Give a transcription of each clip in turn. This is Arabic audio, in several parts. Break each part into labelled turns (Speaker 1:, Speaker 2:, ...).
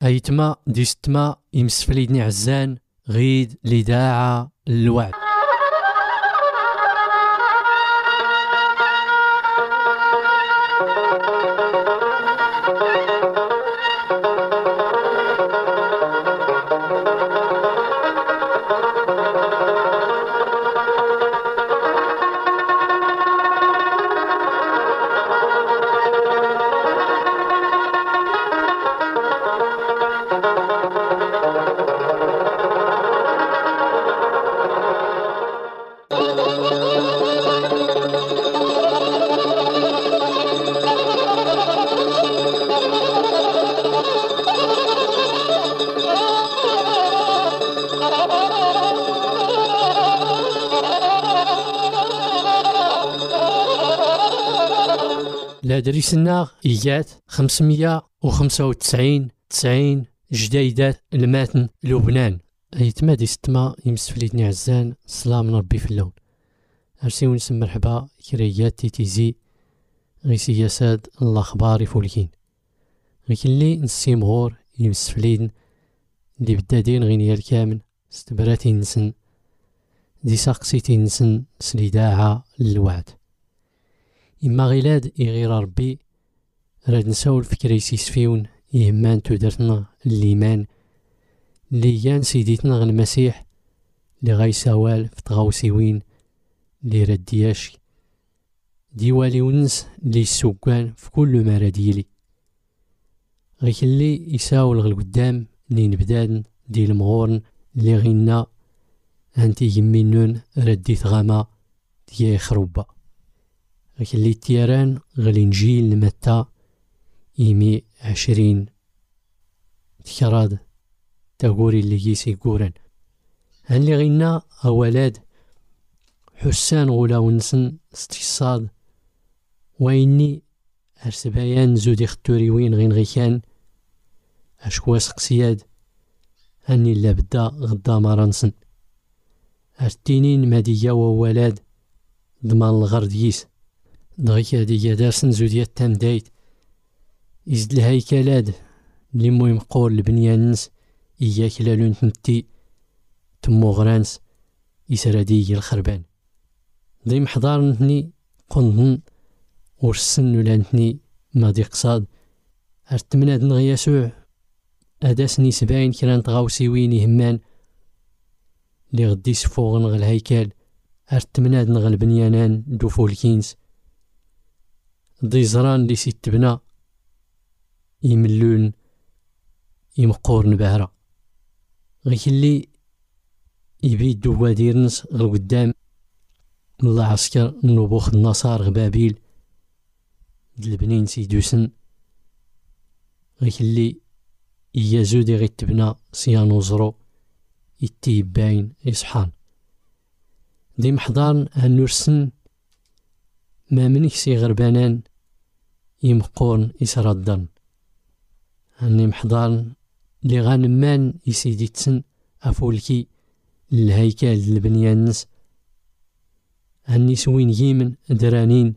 Speaker 1: أيتما ديستما يمسفليدني عزان غيد لداعة الوعد. لا دريسنا إيجات 595 جديدات الماتن لبنان. أيتما ديستما يمسفليدني عزان صلاة من ربي في اللون. أرسي ونسم مرحبا كريات تيتيزي غي سياسات الأخبار يفولكين غي اللي نسيمغور يمسفليدن اللي بدادين غينيا الكامل استبراتي نسن دي ساقسيتي نسن سليداعة للوعد. إما غيلاد إغير ربي راد نساول فكريسي سفيون يهمان تودرتنا الليمان اللي يان سيديتنا المسيح اللي غايساوال في تغاوسيوين اللي ردياش ديوالي ونس اللي السوقان في كل مراديلي غيك اللي يساول غالقدام اللي نبدادن دي المغورن اللي غينا انتي يمينون رديت غاما ديا خروبا غيك اللي تيران غالينجيل نمتا إيمي 20 تكراد تاقوري اللي جيسي قوران هن اللي غينا أولاد حسان غولا ونسن استيصاد ويني أرسبايان زودي اختوريوين غين غيكان أشكوا سقسياد هني اللي بدا غدا مرانسن أرتينين مادية وولاد ضمان الغرديس دغيكا ديا دارسن زوديات تامدايت إزد الهيكالاد اللي مهم قول البنيانس إياك لالون تنتي تمو غرانس يسرادي الخربان ضي محضار نتني قندن ورسن ولانتني ما دي قصاد ارتمناد نغي يسوع أداسني 70 كران تغاوسيوين يهمان اللي غدي سفوغن غا الهيكال ارتمناد نغا البنيانان دوفو الكينس ضي زران اللي سيتبنا يملون يمقور نبهرة غيك اللي يبيد دواديرنس غير قدام الله عسكر نبوخ النصار غبابيل دلبنين سيدوسن غيك اللي يزودي غي تبنا صيانو زرو يتيباين يصحان دي محضارن هنورسن ما منك سي غربانان يمقورن يسردن هني محضارن لي غانمان يسيدي تسن أفولكي الهيكال البنيانس هني سوين يمن درانين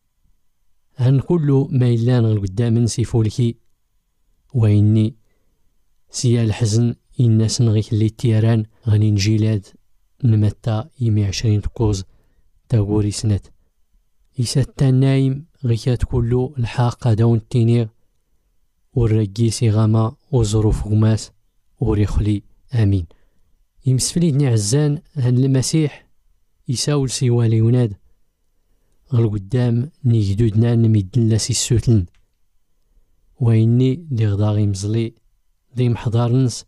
Speaker 1: هن كله ميلان القدام سيفولكي ويني سيا الحزن الناس نغيك اللي تيران غني نجيلاد نمتا 20 تكوز تاقوري سنت يساتا نايم غيكات كله الحاقة داون التينيغ والرقيسي غاما وظروف غماس وريخلي آمين يمسفليدني عزان هن المسيح يساول سيوالي وناد غل قدام نيجدودنا نميدن لاسي السوتلن ويني لي غداغي مزلي دي محضارنس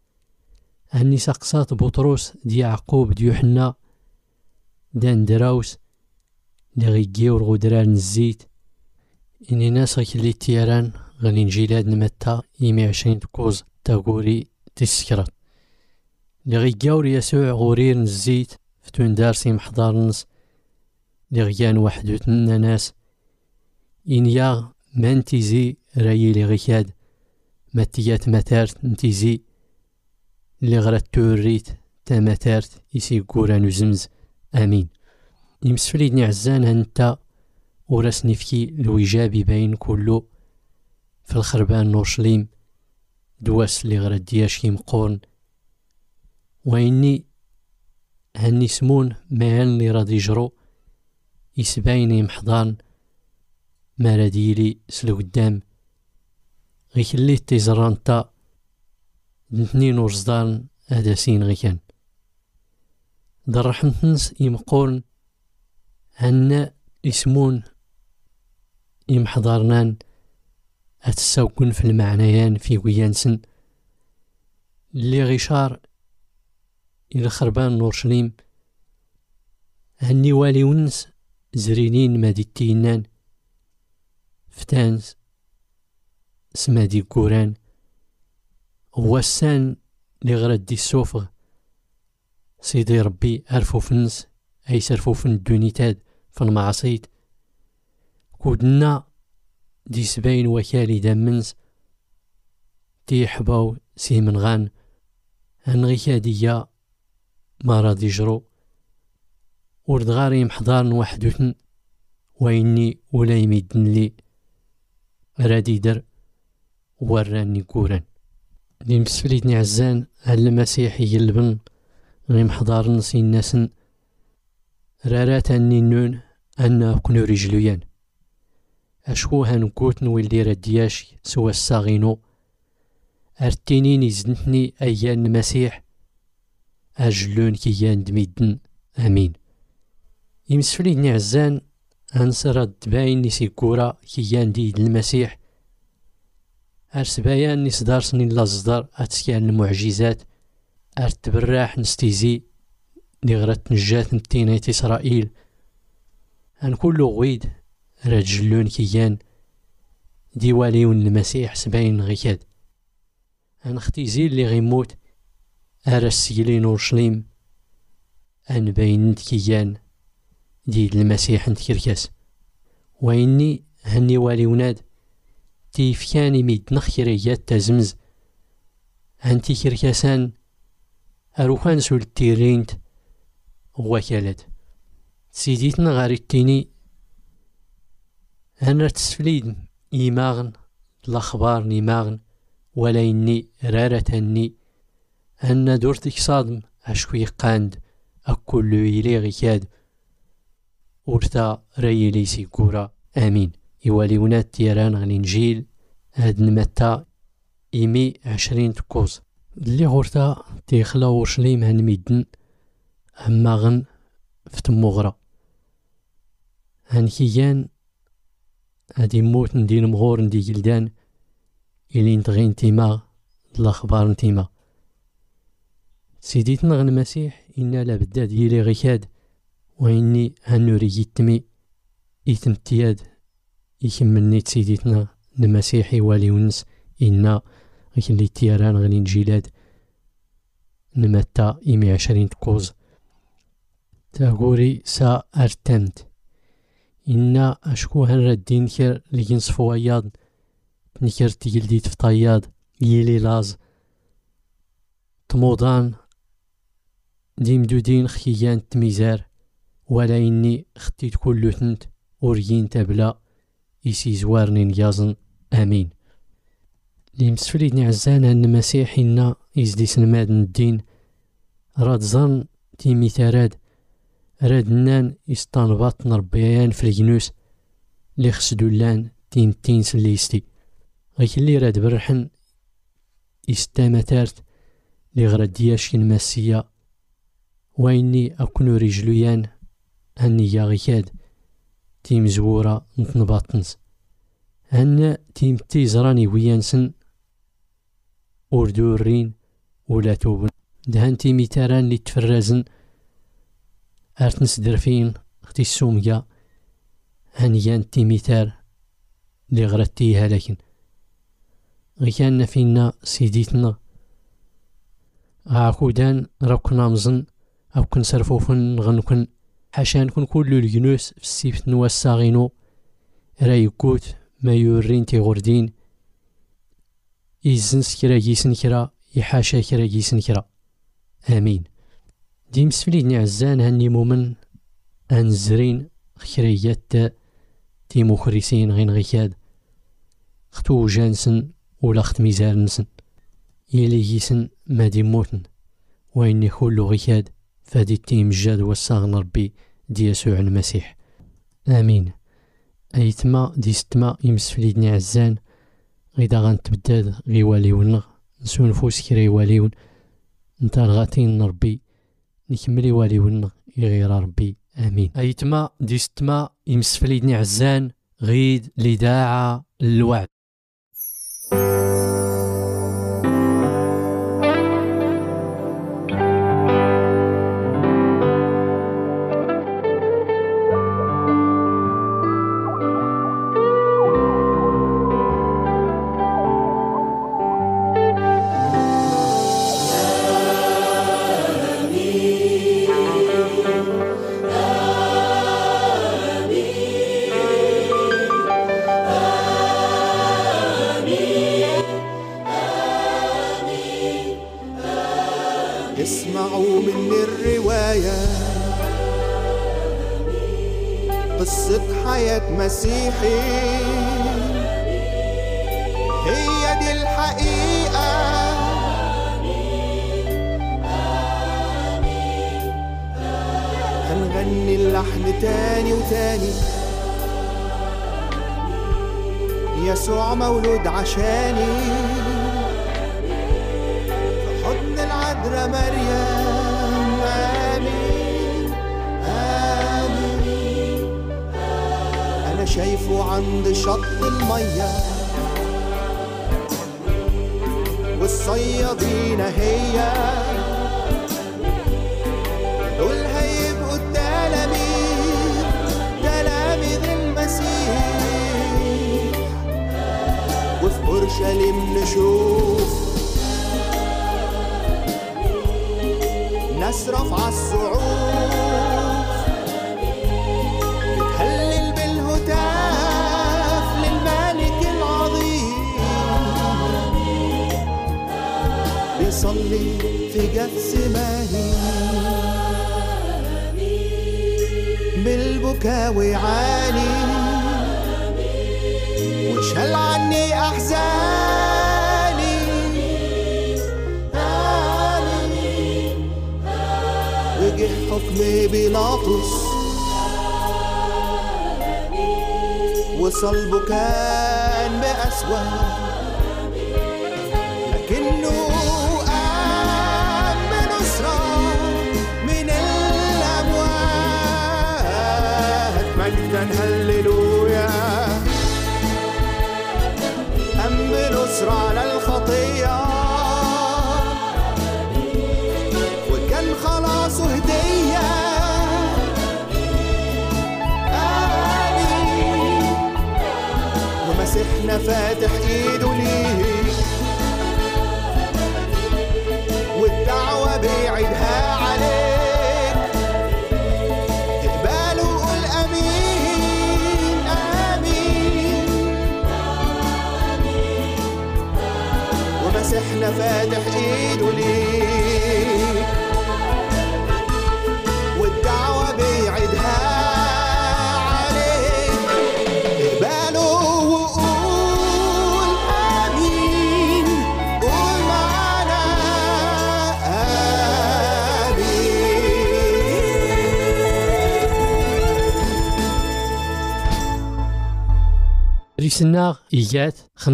Speaker 1: هني ساقسات بطروس دي يعقوب دي يوحنا دان دراوس لي غيجيو الغدران الزيت إني ناس غيك اللي تيران غني نجيلاد نمتا 20 كوز تاقوري تسكرات لي غيجاور يسوع غورير الزيت فتون دارسي محضارنس لي غيان وحدوتنا ناس إنياغ ما نتيزي رايي لي غيكاد ماتيات ماتارت نتيزي لي غرات توريت تا ماتارت يسي قوران وزمز آمين يمسفليدني عزان هنتا ورسني فكي الوجابي باين كله في الخربان نورشليم دواس اللي غرا دياش كيمقورن وإني هني سمون مهن اللي راد يجرو يسباين يمحضان مراديلي سلو قدام غيكلي تيزران تا دنتنين ورزدان أداسين غيكان درحمتنس يمقورن هنا يسمون يمحضرنان أتساوكن في المعنيان في ويانسن اللي غيشار إلى خربان نورشليم هني والي ونس زرينين ماديتينان فتانس سمادي كوران واسان اللي غرد دي السوفغ سيدي ربي عرفو فنس أي سرفو فن الدونيتاد فن معصيت كودنا دي سباين وكالي دامنس تيحباو سيمن غان هنغي كادية ما راد يجرو ورد غاري محضارن وحدوثن وإني ولا يميدن لي رادي در وراني كوران دي مسفليتني عزان هل المسيح يقلبن غي محضارن سي الناسن رارات أني نون أنا كنو رجليان أشكو هنقوت نولي ردياش سوا الساغينو أرتينين يزنتني أيان المسيح أجلون كيان دميدن أمين يمسفليتني عزان أنسرد باين نسي كورا كيان ديد المسيح أرسبايان نسدارسني لازدار أتسكان المعجزات أرتبراح نستيزي لغرات نجات نتينة إسرائيل أن كل غويد رجلون كيان ديواليون المسيح سباين غيكاد أن اختيزي اللي غيموت أرسيلين أورشليم أن باينت كيان ديد المسيح نتكركاس وإني هني والي وناد تيفكاني ميدنا خيريات تزمز هانتي كركاسان أروخان سول التيرينت وكالات سيديتنا غاري التيني أنا تسفليد إيماغن الأخبار نيماغن ولا إني رارتني أن دورتك صادم أشكوي قاند أكل إلي غيكاد ورتا ريلي سيكورا آمين إيواليونات تيران غالينجيل هاد نمتا إيمي 20 تكوز اللي غورتا تيخلا ورشليم هنميدن هماغن فتموغرا هنكيان هادي موت ندين مغور ندي جلدان إلي نتغين تيما الأخبار نتيما سيديتنا غن المسيح إنا لابد ديالي غيكاد وإني هنوري يتمي يتمتياد يكملني تسيديتنا المسيح والي ونس إنا غيكلي تيران غني نجيلاد نمتا إيمي 20 تكوز تاغوري سا أرتمت إنا أشكو هنردين كر لجنصفو أياض نكر تجلدي تفطياد يلي لاز تموضان ديم دودين خيان تميزار ولا إني خطيت كل ثنت أوريين تبلا إسي زوارني نيازن آمين لي مسفليدني عزان أن المسيح إنا إزدي سنماد الدين راد ظن تيمي تاراد رادنان يستنبط نربيان في الجنوس لي خسدولان تيمتين سليستي غيكلي راد برحن استامتارت لي غراد دياش المسيا وإني أكون رجليان هني يا غيكاد تيم زورا نتنباطنس هن تيم تيزراني ويانسن أردورين ولا توبن دهان تيمي تاران لي تفرزن أرتنس درفين اختي السوميا هنيان تيميتار لي غرتيها لكن غيكان فينا سيديتنا عاكودان راكنا مزن أو كنسرفوفن غنكن حاشا نكون كل الجنوس في السيفت نواساغينو رايكوت ما يورين تيغوردين إزن سكرا جيسن كرا يحاشا كرا جيسن كرا آمين ديم سفليدني عزان هني مومن أنزرين خيريات تيمو خريسين غين غيكاد ختو جانسن ولا خت ميزار نسن يلي يسن ما دي موتن وإن يخول غياد فادي التيم جاد والصاغن ربي دي يسوع المسيح. آمين. أيتما دي ستما يمسفليدني عزان غيدا غنتبداد غيوالي ونغ نسون فوس كري واليون نتا الغاتين ربي نكملي والي ونغ يغير ربي. آمين. أيتما دي ستما يمسفليدني عزان غيد لداعة الوعد.
Speaker 2: اسمعوا مني الرواية، قصة حياة مسيحي هي دي الحقيقة. هنغني اللحن تاني وتاني، يسوع مولود عشاني مريم. آمين آمين. أنا شايفه عند شط المية والصيادين هي دول هيبقوا تلاميذ المسيح. وفي أورشليم نشوف ناس رافعة الصعود بتهلل بالهتاف للملك العظيم، بيصلي في جثماني بالبكاء ويعاني وشال عني أحزاني. وجه حكم بيلاطس وصلبه كان بأسوأ، لكنه قام بنصرة من الأموات. مجدا هللويا. قام بنصرة على الخطية خلاص هدية. آمين. ومسيحنا فاتح ايده ليه والدعوة بيعيدها عليك. اقبله وقول امين امين. ومسيحنا فاتح ايده ليه والدعوة بيعيدها عليك. اقبله وقول آمين. قول معنا آمين.
Speaker 1: ريسنا إيجات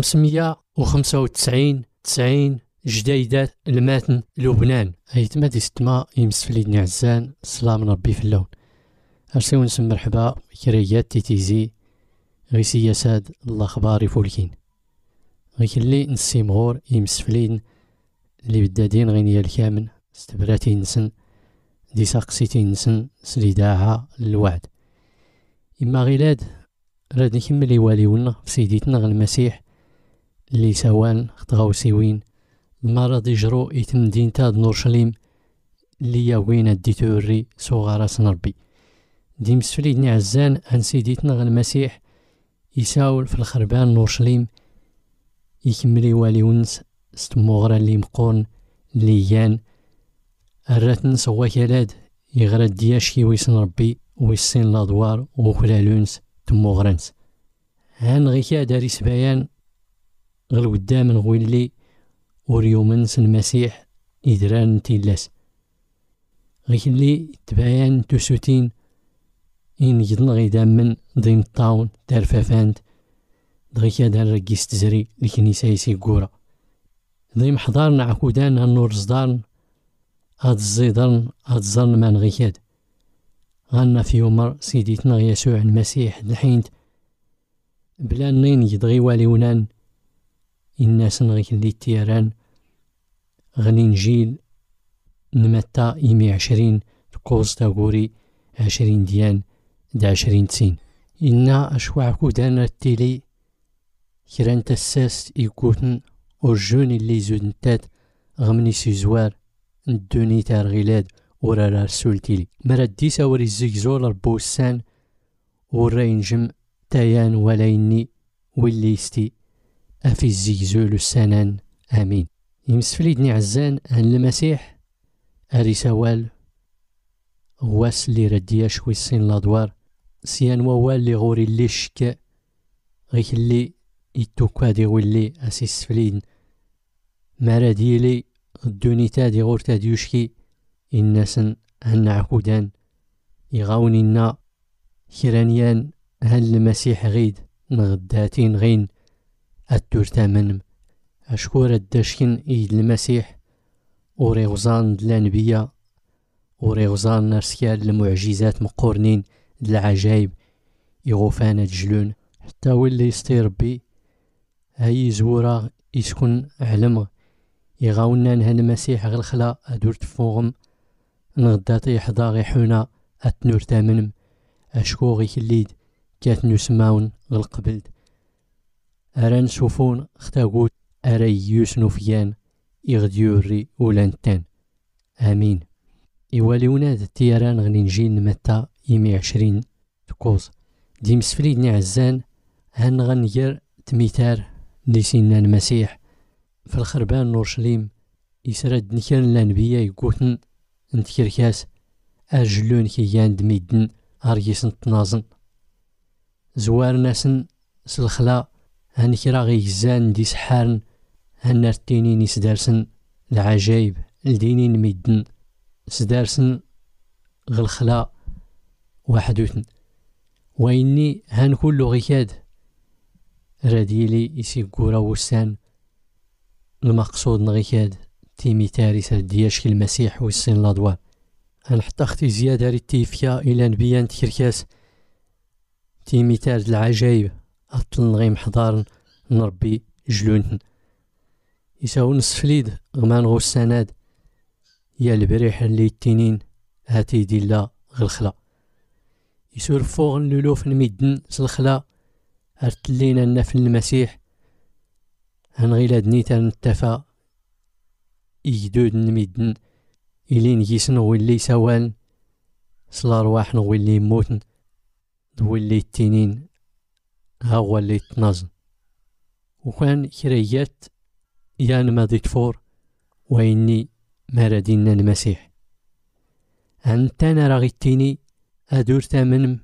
Speaker 1: 595 جديدة الماتن لبنان. أيتما دي ستما يمسفليدني عزان السلام من ربي في اللون. أرسيو نسم مرحبا كريات تيتيزي غي سياساد الله خباري فولكين غي كلي نسي مغور يمسفلين اللي بدادين غينيا الكامن استبراتي نسن دي ساقسيتي نسن سليداعة الوعد. إما غيلاد راد نكمل يواليونا في سيديتنا غي المسيح اللي سوان خطغاوسيوين مرض يجرو يتم دينتا نورشليم اللي ياوين الديتوري صغار سنربي دي مسفليدني عزان عن سيديتنا غ المسيح يساول في الخربان نورشليم يكملي والي ونس ستموغرا اللي مقون ليان الراتن سوا كالاد يغرد دياشكي ويسن ربي ويسين لادوار وخلالونس تموغرانس هان غيكا داري سبايان غل قدام نغويلي وريومنس المسيح إدران تيلاس غير اللي تباين تسوتين إن جدن غيدا من ضيم الطاون دار فافاند دغيكا دار رقيس تزري الكنيسة يسيقورا ضيم حضارنا عكودان هالنور زدارن هاد الزيدرن هاد الزرن ما نغيكاد غانا في يومر سيديتنا يسوع المسيح الحينت بلا نين يدغي واليونان الناس نغيك اللي تيران غني نجيل نمتا 120 تقوز تاغوري 20 ديان دا 20 تسين إنا أشواع كودان التيلي كران تساس يكوتن ورجون اللي زودنتات غمني سيزوار ندوني تار غيلاد ورا رسول تيلي مرد ساوري الزيكزول ربوسان ورينجم تايان ولايني واللي يستي أفي الزيكزول السنان آمين. يمسفليدني عزان أن المسيح أري سوال غواس اللي رديا شوي السين لادوار سيان ووال اللي غوري اللي شكا غيك اللي يتوكا دي واللي أسيس فليدن مرادي لي الدوني تادي غور تاديوشكي الناسن هن عكودان يغاونينا كيرانيان هل المسيح غيد نغداتين غين الدور تامنم أشكور الداشكين إيد المسيح وريغزان دلانبيا وريغزان نرسكال المعجزات مقورنين العجائب يغوفانا جلون حتى واللي يستي ربي هاي زورا يسكن علم يغاونا نها المسيح غالخلا أدور تفوغم نغدات يحضا غيحونا أتنور تامنم أشكو غيك الليد كات نسماون غالقبلد أران سوفون اختاقوت أري يوسنو فيان يغديوري ولانتان آمين. إواليونا التيران غني نجي نمتا 120 تقوز دي مسفليدني عزان هن غنير تميتار لسينا المسيح في الخربان نورشليم يسرد نكان لانبيا يقوتن انتكركاس أجلون كيان دميدن أريسن تنازن زوار ناسن سلخلا هن كرا غيزان دي سحارن هن رتينين يسدارسن العجايب الدينين ميدن سدارسن غالخلا وحدوثن وإني هان كله غيكاد راديلي يسيقورا وسان المقصود نغيكاد تيمي تاريس دياشك المسيح والسين لادوار هان حتى اختي زيادة ريتيفيا إلى نبيان تكركاس تيمي تارد العجايب أطل نغيم حضارن نربي جلونهن يساو نصفليد غمان غو السناد يا البريح اللي التنين هاتي ديلا غالخلا يسور فوغن لولوف نميدن سالخلا ارتلينا النفل المسيح هنغيلاد نيتا نتفا يجدود نميدن إلين يسن واللي سوال سلارواح واللي يموتن واللي التنين ها هو اللي تنازن وكان كريات يان ما ضيتفور وإني مردين المسيح أنتنا رغيتيني أدور تامنم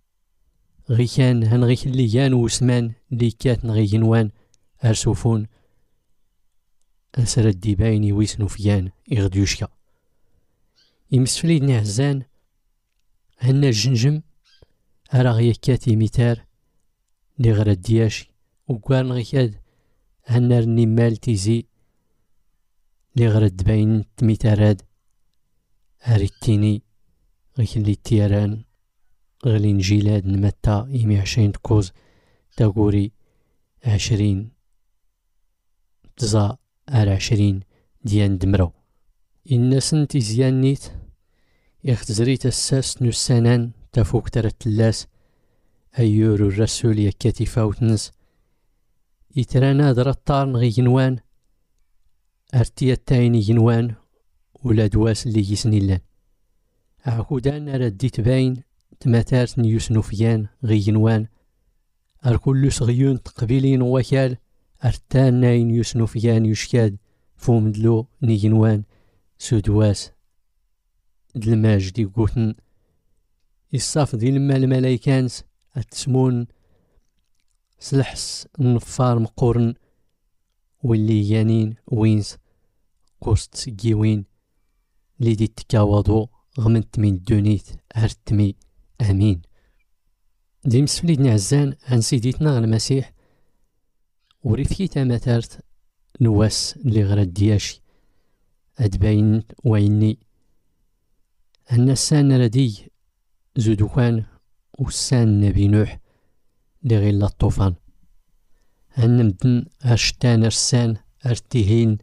Speaker 1: غيكان هنغيك اللي يان وسمان اللي كات نغينوان أرسوفون أسر الديبايني ويسنو فيان إغديوشكا يمسفليدني عزان هنا الجنجم أراغيكاتي ميتار لي غرد دياشي وكوان غيكاد هنا النمال تيزي لي غرد باين تميتاراد هاريتيني غيك اللي تيران غلي نجيلاد نمتا 120 تكوز تاقوري 20 تزا 20 ديان دمرو الناس تيزيان نيت يختزري تساس نسانان تفوق ترت اللاس أيور الرسول يكاتي فاوتنس يترانا درطار نغي جنوان أرتيا تايني جنوان ولا دواس اللي يسنيلان عكودان رديت باين تماتارت نيوسنو فيان غي جنوان أركلو صغيون تقبيلين وكال أرتان ناين يوسنو فيان يشكاد فومدلو نيجنوان سودواس دلماجدي قوتن الصاف دي لما الملايكانس التسمون سلحس النفار مقورن واللي يانين وينس كوست سكيوين اللي دي تكاوضو غمنت من دونيت هرتمي امين. دي مسفليدني عزان عن سيديتنا المسيح وريفكي تاماتارت نواس اللي غراد دياشي أدباين ويني أن السان ردي زودوكان والسان نبي نوح لغير الطوفان أن مدن أشتان أرسان أرتيهين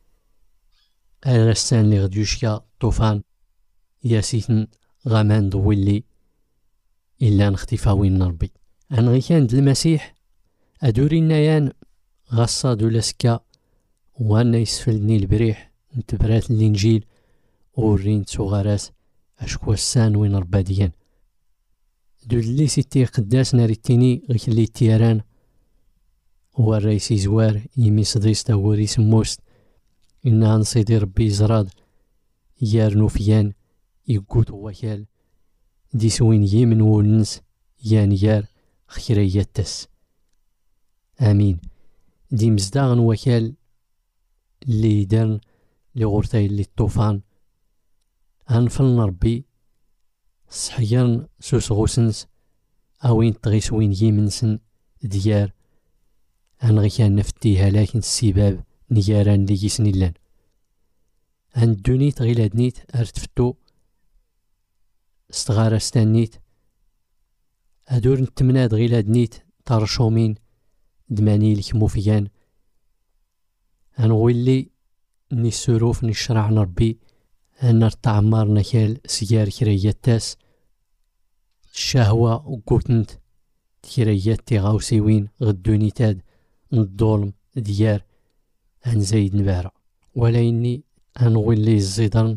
Speaker 1: أرسان لغديوشيا طوفان ياسيتن غامان ضويلي إلا نختفاوين نربي. أن غيكان المسيح أدوري نيان غصا دولاسكا وانا يسفلني البريح نتبرات الانجيل ورين تسوغاراس اشكوا السان وين رباديان دول اللي سيتي قداس ناريتيني غيك اللي تيران هو الرئيسي زوار يمي صديس تاوري سموست إنها نصيدي ربي زراد يارنو فيان يقوت وكال دي سوين يمن ولنس يان يار خيريات تس آمين. دي مزداغن وكال اللي دارن لغورتاي اللي الطوفان هنفلن ربي صحيان سوس غوسنس اوين تغيس وين يمنسن ديار هنغي كان نفتيها لكن السباب نياران اللي يسني لان هندوني تغيلادنيت ارتفتو استغار استانيت هدور نتمناد غيلادنيت ترشومين دماني الكموفيان هنغولي نسروف نشرع نربي هنر تعمار نكال سيار كريات تاس الشهوة وقوتنت كريات تغاوسيوين غدوني تاد الظلم ديار هنزايد نبارع ولا إني هنغولي الزيدرن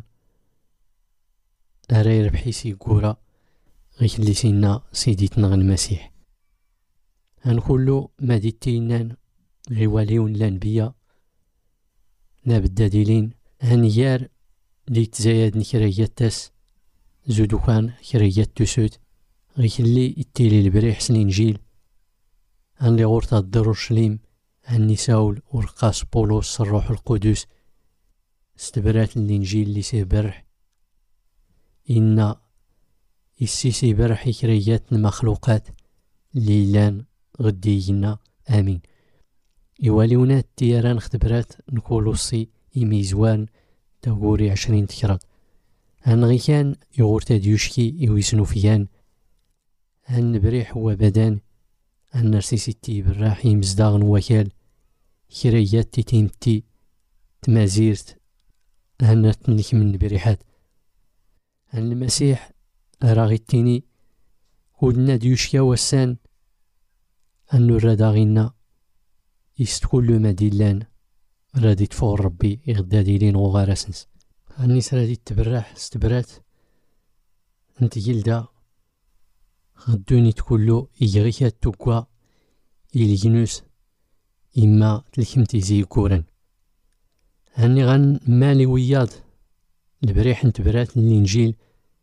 Speaker 1: أراي ربحيسي قورا غيك اللي سينا سيديتنا المسيح هنقولو ما ديتينان غيواليون لانبياء نابد دليلين هنيار لي تزايد نكريات تاس زودوكان كريات تسود غيك اللي اتيلي البريح سنين جيل هن لي غورتا الدروشليم هني ساول ورقاس بولوس الروح القدس استبرات الانجيل اللي سيه برح إن السيسي برح كريات المخلوقات ليلان غدينا آمين. يواليونا التياران اختبرات نكولوسي يميزوان تاغوري 20 تكرات هنغي كان يغورتا ديوشكي يويسنو فيان هن بريح هو بدان هن نرسيسي تي بالراح يمزداغن وكال كريات تيمتي تمازيرت هن تملك من بريحات هن المسيح راغيتيني ودنا ديوشكا وسان هن الرداغينا يستكل مديلان رادي تفوق ربي يغدادي لين وغارسنس هنيس رادي تبراح استبرات انت جلدا غدوني تكلو يغيكا توكوا يلجنوس إما تلكمتي زي كورن هني غن مالي وياض البريح نتبرات الانجيل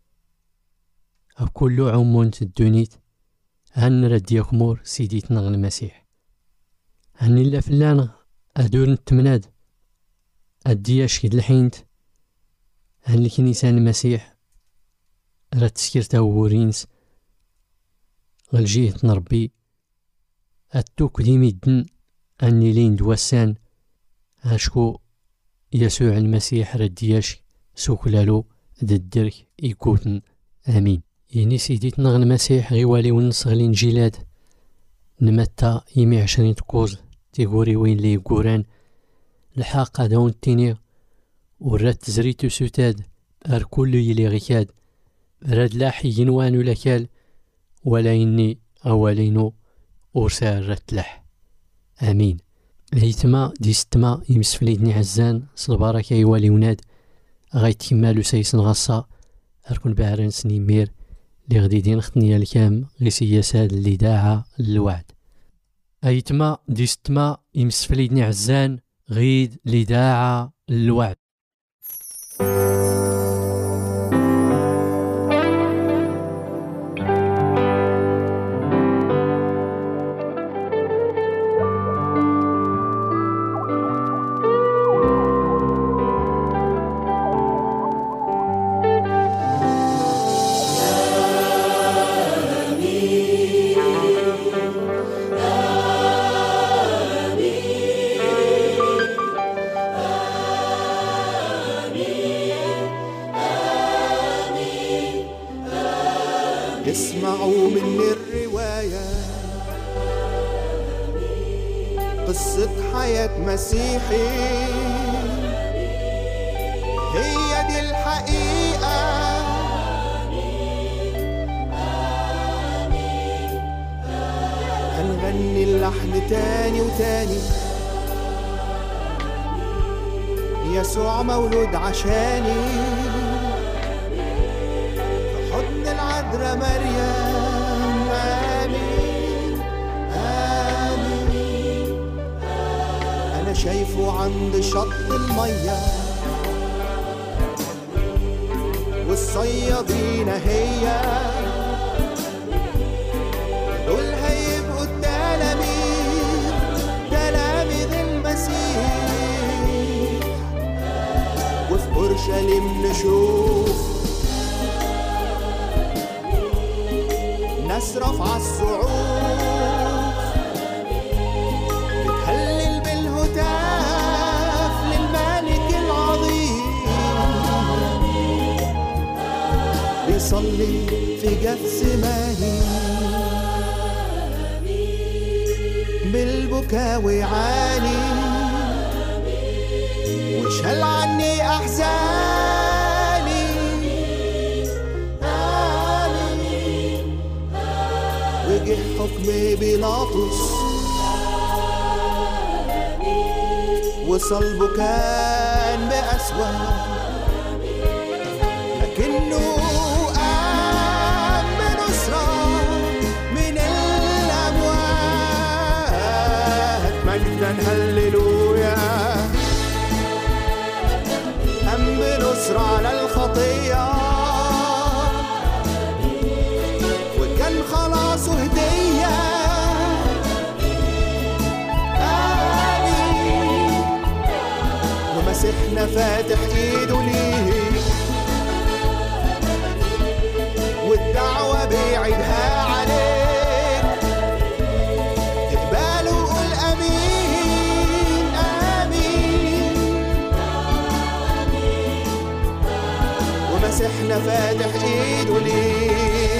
Speaker 1: كله عمون تدونيت هن ردي أكمور سيديتنا المسيح هني لا فلان أدور نتمناد أدياش كد الحينت هني كنيسان المسيح راه تسكيرتا وورينس غالجيه تنربي أتوك ديمي الدن أني لين دواسان هاشكو يسوع المسيح ردياش سوكلالو ددرك يكوتن آمين. يعني سيديتنا المسيح غيوالي ونصغ الانجيلات نمتا يمي 20 تقوز تيقوري وين لي يقوران الحاقة داون تيني ورات تزريتو سوتاد ار كل يلي غيكاد راد لاحي ينوانو لكال ولا إني أولينو أرسال رتلح آمين. هيتما ديستما يمسفليدني عزان صلبارك يوالي وناد غايت كمالو سيسن غصا أركن بعران سنيمير اللي غدي دين ختنيا الكام غي سياسات اللي داعا الوعد. هيتما ديستما يمسفليدني عزان غيد اللي داعا الوعد.
Speaker 2: اسمعوا مني الرواية، قصة حياة مسيحي، هي دي الحقيقة. هنغني اللحن تاني وتاني، يسوع مولود عشاني، في حضن العذراء مريم. آمين آمين. أنا شايفه عند شط المية، والصيادين هي دول هيبقوا التلاميذ، تلاميذ المسيح. وفي أورشليم نشوف ناس رافعة الصعود، بتهلل بالهتاف للملك العظيم، بيصلي في جثماني بالبكاء ويعاني، وشال عني أحزاني. آمين. وجه حكم بيلاطس، وصلبه كان بأسوأ، لكنه قام بنصرة من الأموات. مجدا هللويا، قام بنصرة على الخطية، وكان خلاصه هدية. آمين. ومسيحنا فاتح ايده ليه، والدعوة بيعيدها عليك، اقبله وقول امين امين. ومسيحنا فاتح ايده ليه،